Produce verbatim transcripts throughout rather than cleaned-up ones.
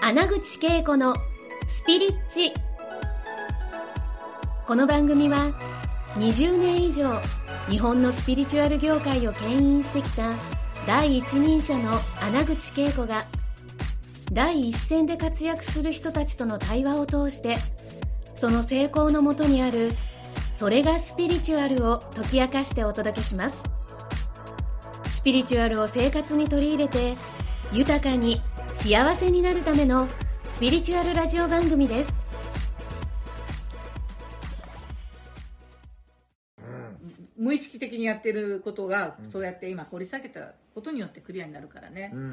穴口恵子のスピリッチ。この番組はにじゅうねん以上日本のスピリチュアル業界を牽引してきた第一人者の穴口恵子が第一線で活躍する人たちとの対話を通して、その成功のもとにあるそれがスピリチュアルを解き明かしてお届けします。スピリチュアルを生活に取り入れて豊かに幸せになるためのスピリチュアルラジオ番組です。 無意識的にやってることが、うん、そうやって今掘り下げたことによってクリアになるからね、うんうん、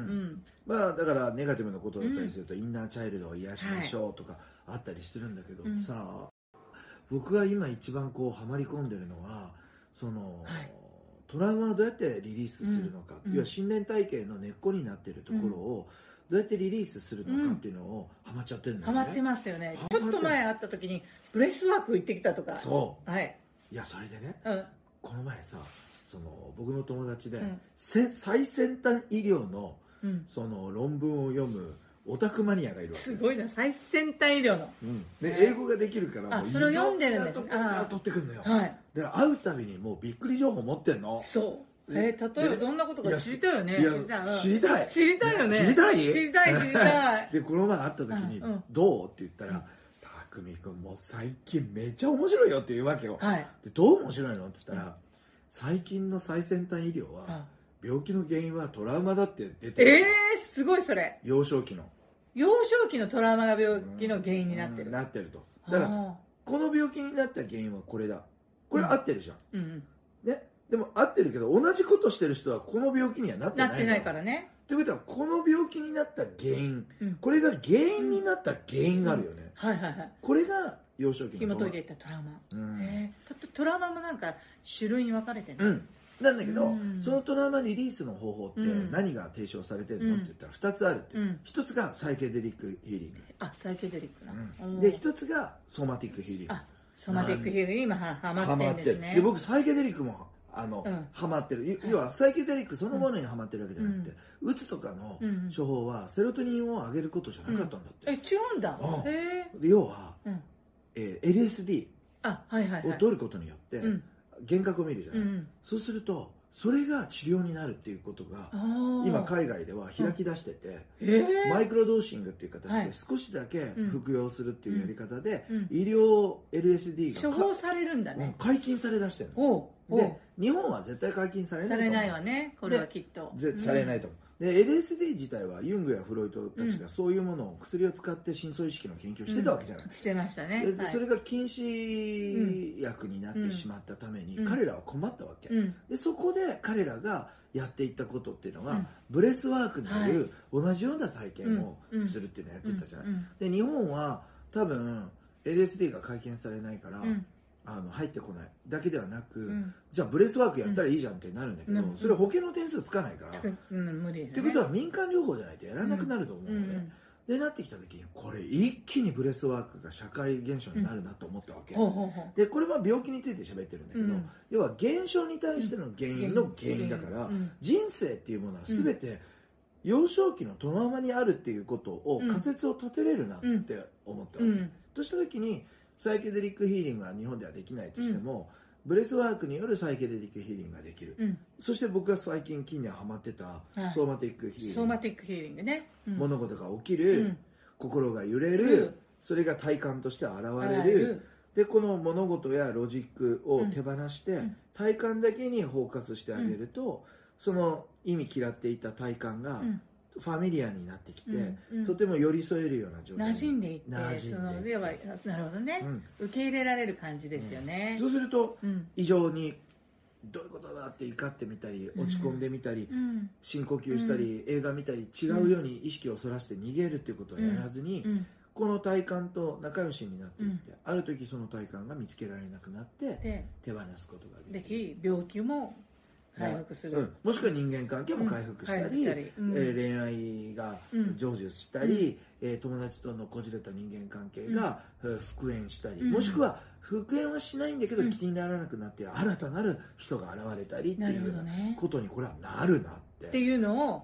まあだからネガティブなことだったりすると、うん、インナーチャイルドを癒しましょうとかあったりするんだけど、はい、さあ僕が今一番こうハマり込んでるのはその、はい、トラウマをどうやってリリースするのか、うん、要は信念体系の根っこになっているところを、うん、どうやってリリースするのかっていうのをハマっちゃってるんだよね。 ハマってますよね。ちょっと前会った時にブレスワーク行ってきたとか。 そう、 はい、 いやそれでね、 うん、 この前さその僕の友達で、うん、最先端医療の、うん、その論文を読むオタクマニアがいるわけ。 すごいな、最先端医療の、 うん、で英語ができるからあもうそれを読んでるんです。 いろんなとこから取ってくるのよ、 はい、 だから会うたびにもうびっくり情報持ってんの。 そう、えー、例えばどんなことか知りたいよね。 いや知りたい知りたいよね。 知りたい知りたい知りたいでこの前会った時に、うん、どうって言ったら、うん、たくみくんもう最近めっちゃ面白いよって言うわけよ、はい、でどう面白いのって言ったら、うん、最近の最先端医療は病気の原因はトラウマだって出てる。 えー、すごいそれ。 幼少期の幼少期のトラウマが病気の原因になってる、うん、 なってると。だからこの病気になった原因はこれだ、これ合ってるじゃん、うんうんね、でも合ってるけど同じことしてる人はこの病気にはなってないなってないからね。 ということはこの病気になった原因、うん、これが原因になった原因があるよね、 うんはいはいはい、 これが幼少期の紐解いていったトラウマ、うんえー、トラウマもなんか種類に分かれてる、 うんなんだけど、うん、そのトラウマリリースの方法って何が提唱されてるの、うん、って言ったらふたつあるって、うん、ひとつがサイケデリックヒーリング、 あサイケデリックな、 うん、でひとつがソマティックヒーリング。 あソマティックヒーリング今ハマってるんですね。 で僕サイケデリックもあの、うん、ハマってる。要はサイケデリックそのものにハマってるわけじゃなくて、うん、うつとかの処方はセロトニンを上げることじゃなかったんだって、 うん、え違うんだ、 うん、 へで要は、うんえー、エルエスディー を取ることによって幻覚を見るじゃない、うん、そうするとそれが治療になるっていうことが今海外では開き出してて、うん、マイクロドーシングっていう形で少しだけ服用するっていうやり方で、うんうん、医療 エルエスディー が処方されるんだね、 解禁されだしてるので日本は絶対解禁されないと思う。 されないわねこれはきっとされないと思う、で エルエスディー 自体はユングやフロイトたちがそういうものを薬を使って深層意識の研究をしてたわけじゃない、 うん、してましたね。 で、はい、それが禁止薬になってしまったために、うん、彼らは困ったわけ、うん、でそこで彼らがやっていったことっていうのは、うん、ブレスワークによる同じような体験をするっていうのをやってたじゃない、うんうん、で日本は多分 エルエスディー が解禁されないから、うんあの入ってこないだけではなく、うん、じゃあブレスワークやったらいいじゃんってなるんだけど、うん、それは保険の点数つかないから、 うん、無理ですね。 ってことは民間療法じゃないとやらなくなると思うので、うんうん、でなってきた時にこれ一気にブレスワークが社会現象になるなと思ったわけ、うん、でこれは病気について喋ってるんだけど、うん、要は現象に対しての原因の原因だから、うん、人生っていうものは全て幼少期のトラウマにあるっていうことを仮説を立てれるなって思ったわけ、うんうん、とした時にサイケデリックヒーリングは日本ではできないとしても、うん、ブレスワークによるサイケデリックヒーリングができる、うん、そして僕が最近近年ハマってた、はい、ソーマティックヒーリング、 ソーマティックヒーリングね、 うん、物事が起きる、うん、心が揺れる、うん、それが体感として現れる、でこの物事やロジックを手放して、うん、体感だけにフォーカスしてあげると、うん、その意味嫌っていた体感が、うんファミリアになってきて、うんうん、とても寄り添えるような状態に馴染んでいってそのではなるほどね、うん、受け入れられる感じですよね、 うん、そうすると、うん、異常にどういうことだって怒ってみたり落ち込んでみたり、うん、深呼吸したり、うん、映画見たり違うように意識をそらして逃げるっていうことをやらずに、うんうん、この体感と仲良しになっていって、うん、ある時その体感が見つけられなくなって手放すことができる。 でき病気も回復する、うん、 もしくは人間関係も回復したり、うんえー、恋愛が成就したり、うんえー、友達とのこじれた人間関係が、うん、復縁したり、うん、もしくは復縁はしないんだけど、うん、気にならなくなって新たなる人が現れたりっていうことにこれはなるなってっていうのを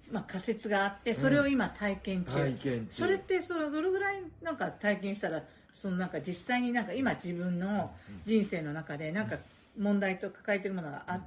まあ、仮説があってそれを今体験中、 体験中それってそのどれぐらいなんか体験したらそのなんか実際になんか今自分の人生の中でなんか問題と抱えてるものがあって、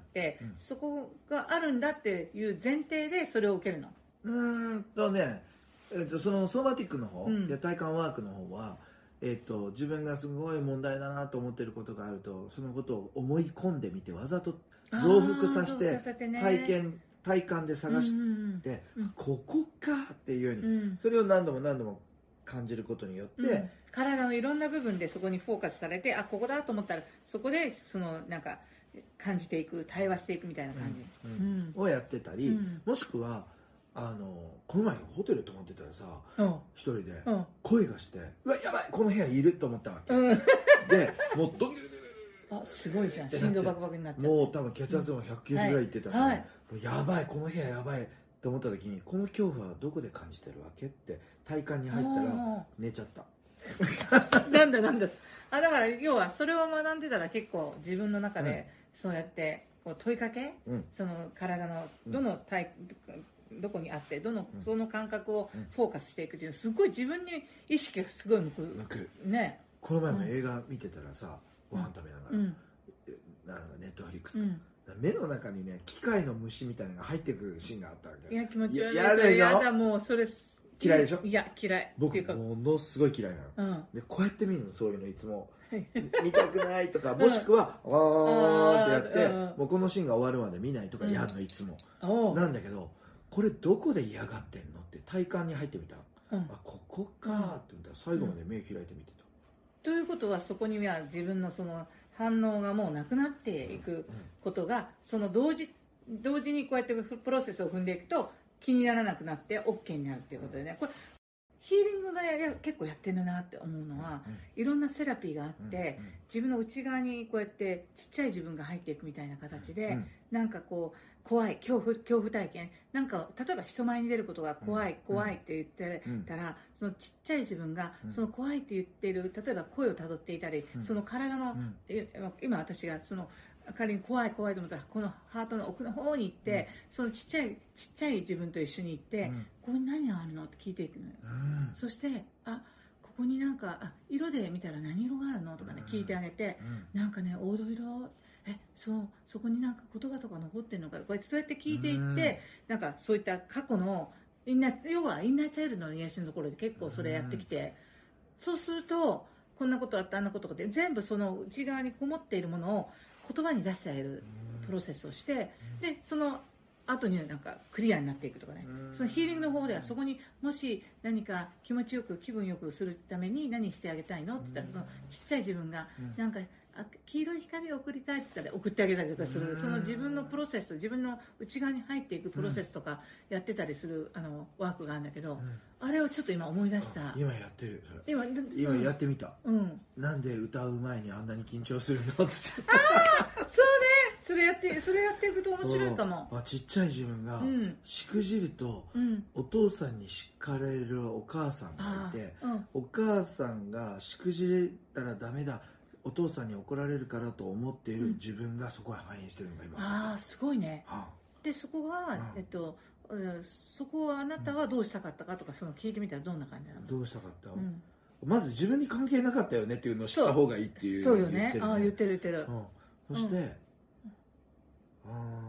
そこがあるんだっていう前提でそれを受けるの。 うーんとね、えー、とそのソーマティックの方、 うん、 で体感ワークの方は、えー、と自分がすごい問題だなと思っていることがあるとそのことを思い込んでみてわざと増幅させて体験体感で探して、うんうん、ここかっていうように、うん、それを何度も何度も感じることによって、うん、 体のいろんな部分でそこにフォーカスされてあここだと思ったらそこでそのなんか感じていく対話していくみたいな感じ、 うんうん、をやってたり、うん、もしくはあのこの前ホテル泊まってたらさ、うん、一人で声がして、うん、うわやばいこの部屋いると思ったわけ、うん、でもうドキドキドキあすごいじゃん心臓バクバクになっちゃうもう多分血圧もひゃくきゅうじゅうぐらいいってたから、うんはい、もうやばいこの部屋やばいと思った時にこの恐怖はどこで感じてるわけって体感に入ったら寝ちゃったなんだなんだあだから要はそれを学んでたら結構自分の中でそうやってこう問いかけ、うん、その体のどの体、うん、どこにあってどのその感覚をフォーカスしていくっていうすごい自分に意識がすごい向く、向くね。 この前も映画見てたらさ、うん、ご飯食べながら、うん、なんかネットフリックスか、うん目の中にね機械の虫みたいなのが入ってくるシーンがあったわけ。 いや気持ち悪い。 やだよ。 やだもうそれ嫌いでしょ。 いや嫌い。 僕ものすごい嫌いなの。うん、でこうやって見るのそういうのいつも見たくないとかもしくはわーってやって、うん、もうこのシーンが終わるまで見ないとかやるのいつも。うん、なんだけどこれどこで嫌がってんのって体感に入ってみた。うん、あここかーって言ったら最後まで目開いて見てた。 ということはそこには自分のその反応がもうなくなっていくことがその同時同時にこうやってプロセスを踏んでいくと気にならなくなって OK になるっていうことでねこれヒーリングがや結構やってるなって思うのは、いろんなセラピーがあって自分の内側にこうやってちっちゃい自分が入っていくみたいな形でなんかこう怖い恐怖恐怖体験なんか例えば人前に出ることが怖い怖いって言ってたら、そのちっちゃい自分がその怖いって言っている例えば声をたどっていたり、その体の、今私がその仮に怖い怖いと思ったらこのハートの奥の方に行って、そのちっちゃいちっちゃい自分と一緒に行って、ここに何があるのって聞いていくのよ、そしてあここになんかあ色で見たら何色があるのとかね聞いてあげて、なんかね黄土色えそうそこになんか言葉とか残ってるのかこれそうやって聞いていって、なんかそういった過去のインナー要はインナーチャイルドの癒しのところで結構それやってきて、そうするとこんなことあったあんなことがって全部その内側にこもっているものを言葉に出してあげるプロセスをして、でその後になんかクリアになっていくとかね、そのヒーリングの方ではそこにもし何か気持ちよく気分よくするために何してあげたいのって言ったらそのちっちゃい自分がなんかあ黄色い光を送りたいって言ったら送ってあげたりとかする、その自分のプロセス自分の内側に入っていくプロセスとかやってたりするあのワークがあるんだけど、うん、あれをちょっと今思い出した。 今やってる今今やってみた、うん、なんで歌う前にあんなに緊張するのってああそうねそれやってそれやっていくと面白いかも。 あちっちゃい自分がしくじると、うん、お父さんに叱かれるお母さんがいて、うん、お母さんがしくじったらダメだお父さんに怒られるからと思っている自分がそこへ反映してるのが今、うん、 ああすごいね、はあ、でそこは、うんえっと、そこはあなたはどうしたかったかとかその聞いてみたらどんな感じなの。 どうしたかった、うん、まず自分に関係なかったよねっていうのを知った方がいいっていうそうよね、ああ言ってる言ってる、 うん、そして、うん、あ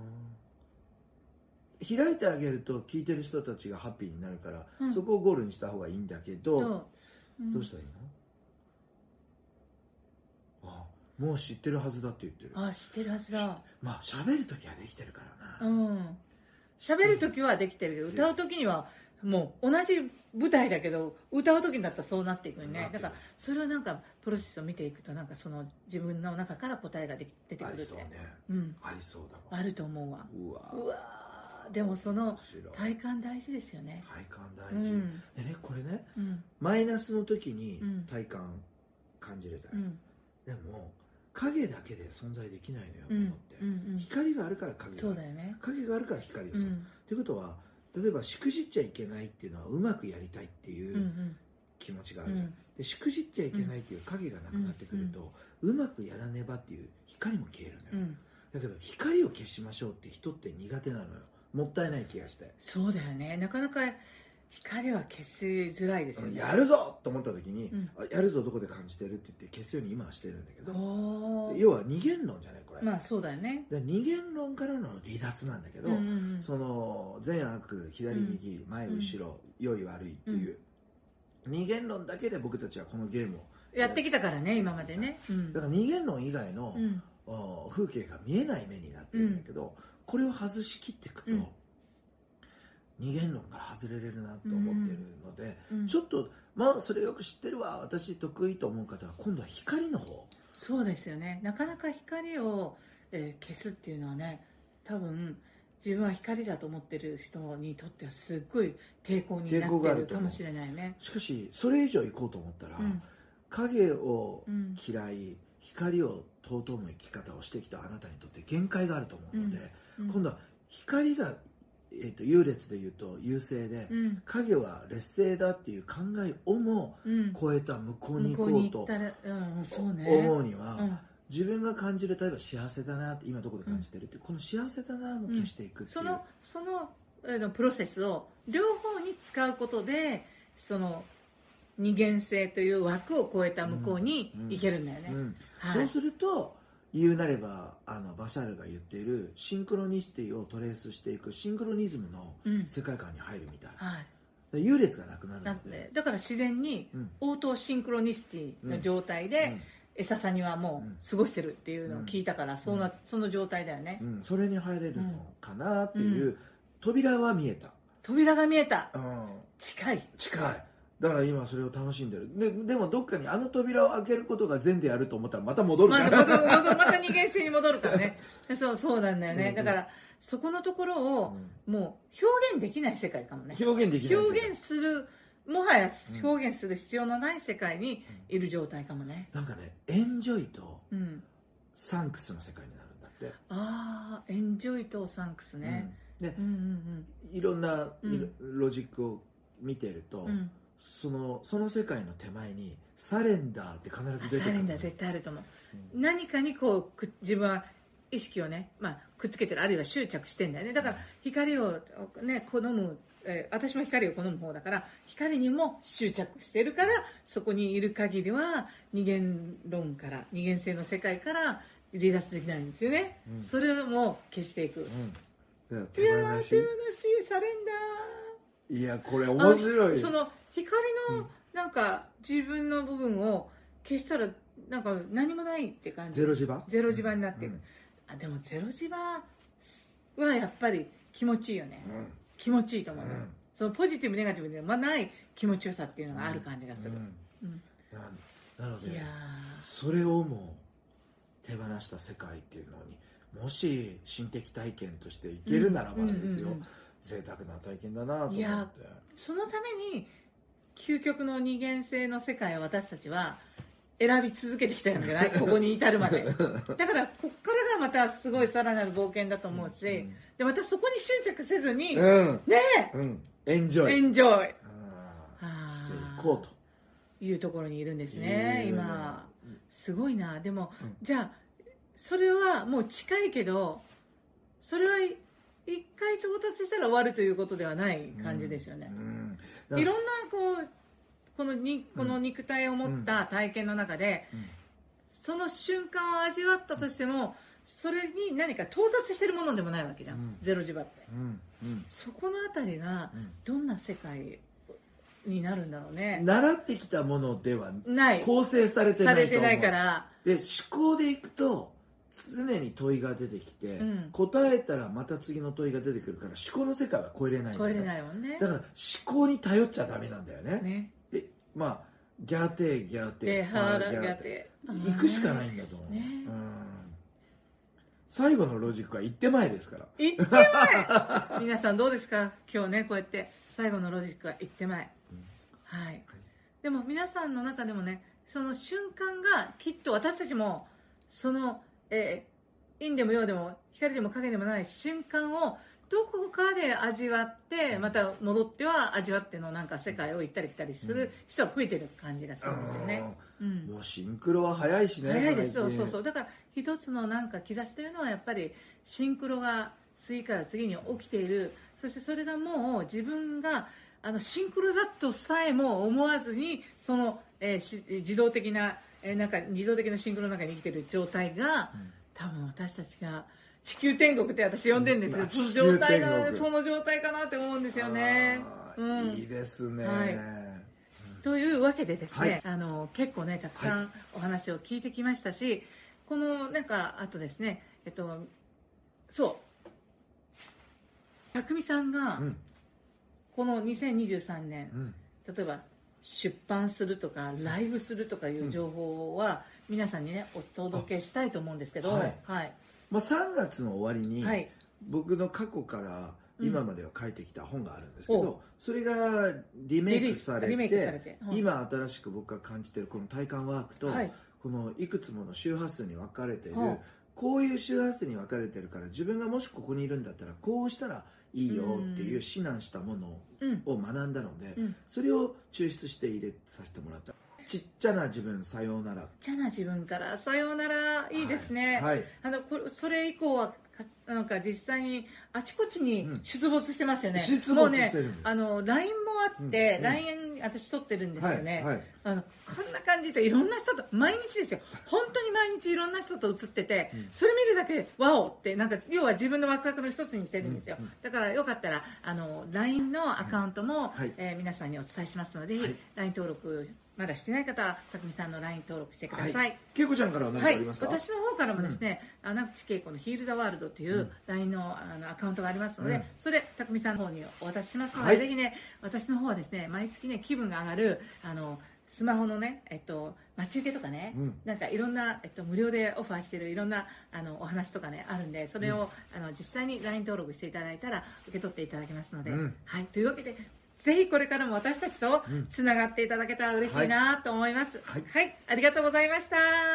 開いてあげると聞いてる人たちがハッピーになるから、うん、そこをゴールにした方がいいんだけど、うん、どうしたらいいの。もう知ってるはずだって言ってる。 あ、知ってるはずだ。 まあ喋るときはできてるからな。 うん。喋るときはできてるけど、歌うときにはもう同じ舞台だけど、歌うときになったらそうなっていくよね。だからそれをなんかプロセスを見ていくとなんかその自分の中から答えができ出てくるって。ありそうね。うん。 ありそうだわ。あると思うわ。 うわ。 うわ。でもその体感大事ですよね。 体感大事。うん、でねこれね、うん、マイナスの時に体感感じれたら、うん、でも。影だけで存在できないのよ、うん、って、うんうん、光があるから影がある、そうだよね、影があるから光をする、うん、っていうことは例えばしくじっちゃいけないっていうのはうまくやりたいっていう気持ちがあるじゃん、うんうん、でしくじっちゃいけないっていう影がなくなってくると、うんうん、うまくやらねばっていう光も消えるのよ、うん、だけど光を消しましょうって人って苦手なのよ。 もったいない気がして。 そうだよね。なかなか光は消しづらいですよね。 やるぞと思った時に、 うん、 やるぞどこで感じてるって言って消すように今はしてるんだけど、 お要は二元論じゃないこれ。 まあそうだよね。 で二元論からの離脱なんだけど、 うんうんうん、 その善悪左右、うん、前後ろ、うん、良い悪いっていう、うん、二元論だけで僕たちはこのゲームをやってきたからね今までね、うん、 だから二元論以外の、うん、風景が見えない目になってるんだけど、うん、これを外しきっていくと、うん、二元論から外れれるなと思ってるので、うん、ちょっとまあそれよく知ってるわ私得意と思う方は今度は光の方。 そうですよね。なかなか光を、えー、消すっていうのはね多分自分は光だと思ってる人にとってはすっごい抵抗になってるかもしれないね。 しかしそれ以上行こうと思ったら、うん、影を嫌い、うん、光を尊む生き方をしてきたあなたにとって限界があると思うので、うんうん、今度は光が、えーと、優劣でいうと優勢で、うん、影は劣勢だっていう考えをも超えた向こうに行こうと思うには、うん、自分が感じる例えば幸せだなって今どこで感じてるって、うん、この幸せだなも消していくっていう、 うん、そのその、えー、プロセスを両方に使うことでその二元性という枠を超えた向こうに行けるんだよね、うんうんうんはい、 そうすると言うなればあのバシャールが言っているシンクロニシティをトレースしていくシンクロニズムの世界観に入るみたい、うんはい、優劣がなくなるのでだから自然に応答シンクロニシティの状態でエササニはもう過ごしてるっていうのを聞いたから、うん、そ, のその状態だよね、 うん、それに入れるのかなっていう、うん、扉は見えた扉が見えた、 うん、 近い近いだから今それを楽しんでる で, でもどっかにあの扉を開けることが善であると思ったらまた戻るからまたまたまた二元性に戻るからねそうそうなんだよね、うんうん、だからそこのところをもう表現できない世界かもね表現できない表現するもはや表現する必要のない世界にいる状態かもね、 うん、なんかねエンジョイとサンクスの世界になるんだって、うん、 ああエンジョイとサンクスね、 うん、で、うんうんうん、いろんなロジックを見てると、うんその、その世界の手前にサレンダーって必ず出てくる。 サレンダー絶対あると思う、うん、何かにこう自分は意識をね、まあ、くっつけてるあるいは執着してんだよねだから光を、ね、好む、えー、私も光を好む方だから光にも執着してるからそこにいる限りは二元論から二元性の世界から離脱できないんですよね、うん、それをもう消していく、 うん、いや手放しサレンダーいやこれ面白いその光のなんか自分の部分を消したらなんか何もないって感じゼロ磁場ゼロ磁場になってる、うん、あでもゼロ磁場はやっぱり気持ちいいよね、うん、気持ちいいと思います、うん、そのポジティブネガティブではない気持ちよさっていうのがある感じがする、うんうん、 な, なのでいやそれをもう手放した世界っていうのにもし心的体験としていけるならばですよ、うんうんうんうん、贅沢な体験だなと思っていやそのために究極の二元性の世界を私たちは選び続けてきたんじゃないここに至るまでだからこっからがまたすごいさらなる冒険だと思うし、うん、でまたそこに執着せずに、うん、ねえ、うん、 エンジョイエンジョイしていこうというところにいるんですね今すごいなでも、うん、じゃあそれはもう近いけどそれは一回到達したら終わるということではない感じですよね、うんうん、いろんなこうこのにこの肉体を持った体験の中で、うんうん、その瞬間を味わったとしてもそれに何か到達してるものでもないわけじゃん、うん、ゼロ磁場って、うんうん、そこのあたりがどんな世界になるんだろうね習ってきたものではない構成されてないと思うされてないからで思考でいくと常に問いが出てきて、うん、答えたらまた次の問いが出てくるから思考の世界は超えれないじゃない。 超えれないもんね。 だから思考に頼っちゃダメなんだよね。ねでまあギャーテーギャーテーでハーラギャーテー行くしかないんだと思う、ねうん、最後のロジックは一手前ですから一手前皆さんどうですか今日ねこうやって最後のロジックは一手前、うん、はい、はい、でも皆さんの中でもねその瞬間がきっと私たちもそのえー、陰でも陽でも光でも影でもない瞬間をどこかで味わってまた戻っては味わってのなんか世界を行ったり来たりする人が増えてる感じがするんですよね、 うん、もうシンクロは早いしね早いですそうそうそうだから一つのなんか兆しというのはやっぱりシンクロが次から次に起きている。そしてそれがもう自分があのシンクロだとさえも思わずにその、えー、し自動的な、えー、なんか自動的なシンクロの中に生きている状態が、うん、多分私たちが地球天国って私呼んでるんですけど、その状態がその状態かなって思うんですよね。 うん、いいですね、はい、 というわけでですね、はい、あの結構ねたくさんお話を聞いてきましたし、はい、このなんかあとですね、えっとそう匠さんが、うん、このにせんにじゅうさんねん、うん、例えば出版するとかライブするとかいう情報は皆さんにねお届けしたいと思うんですけど、はいはい、 まあ、さんがつの終わりに、はい、僕の過去から今までは書いてきた本があるんですけど、うん、それがリメイクされて、されてうん、今新しく僕が感じているこの体感ワークと、はい、このいくつもの周波数に分かれている、うん、こういう周波数に分かれているから自分がもしここにいるんだったらこうしたらいいよっていう指南したものを学んだので、うん、それを抽出して入れさせてもらった。ちっちゃな自分さようなら。 ちっちゃな自分からさようなら、いいですね。はいはい、あのこれそれ以降はなんか実際にあちこちに出没してますよね。 うん、出没してるんです。 もうね、あの ライン もあって、うん、ライン 私取ってるんですよね。はいはい、あのこんな感じでいろんな人と毎日ですよ。本当に毎日いろんな人と写ってて、うん、それ見るだけでワオってなんか要は自分のワクワクの一つにしてるんですよ。うんうん、だからよかったらあの ライン のアカウントも、はい、えー、皆さんにお伝えしますので、はい、ライン 登録まだしてない方は匠さんの ライン 登録してください。 恵子ちゃんからは何かありますか？ はい、私の方からもですね、うん、穴口恵子のヒールザワールドという ライン の, あのアカウントがありますので、うん、それ匠さんの方にお渡ししますので、はい、ぜひね私の方はですね毎月ね気分が上がるあのスマホのね、えっと、待ち受けとかね、うん、なんかいろんな、えっと、無料でオファーしているいろんなあのお話とかねあるんで、それを、うん、あの実際に ライン 登録していただいたら受け取っていただけますので、うん、はい、というわけでぜひこれからも私たちとつながっていただけたら嬉しいなと思います、はい、はい、ありがとうございました。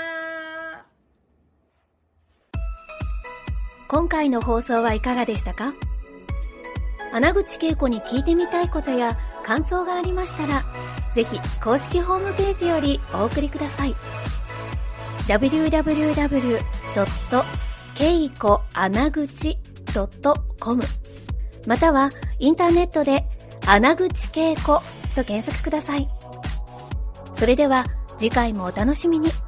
今回の放送はいかがでしたか？穴口恵子に聞いてみたいことや感想がありましたら、ぜひ公式ホームページよりお送りください。ダブリューダブリューダブリュードットケイコアナグチドットコム またはインターネットで穴口恵子と検索ください。それでは次回もお楽しみに。